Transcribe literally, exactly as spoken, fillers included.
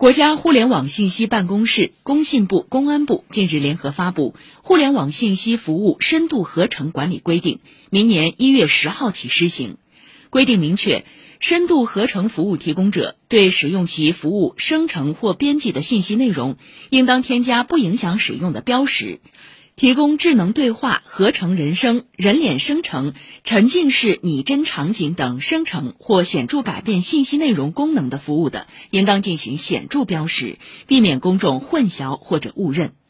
国家互联网信息办公室、工信部、公安部近日联合发布《互联网信息服务深度合成管理规定》，明年一月十号起施行。规定明确，深度合成服务提供者对使用其服务生成或编辑的信息内容，应当添加不影响使用的标识。提供智能对话、合成人声、人脸生成、沉浸式拟真场景等生成或显著改变信息内容功能的服务的，应当进行显著标识，避免公众混淆或者误认。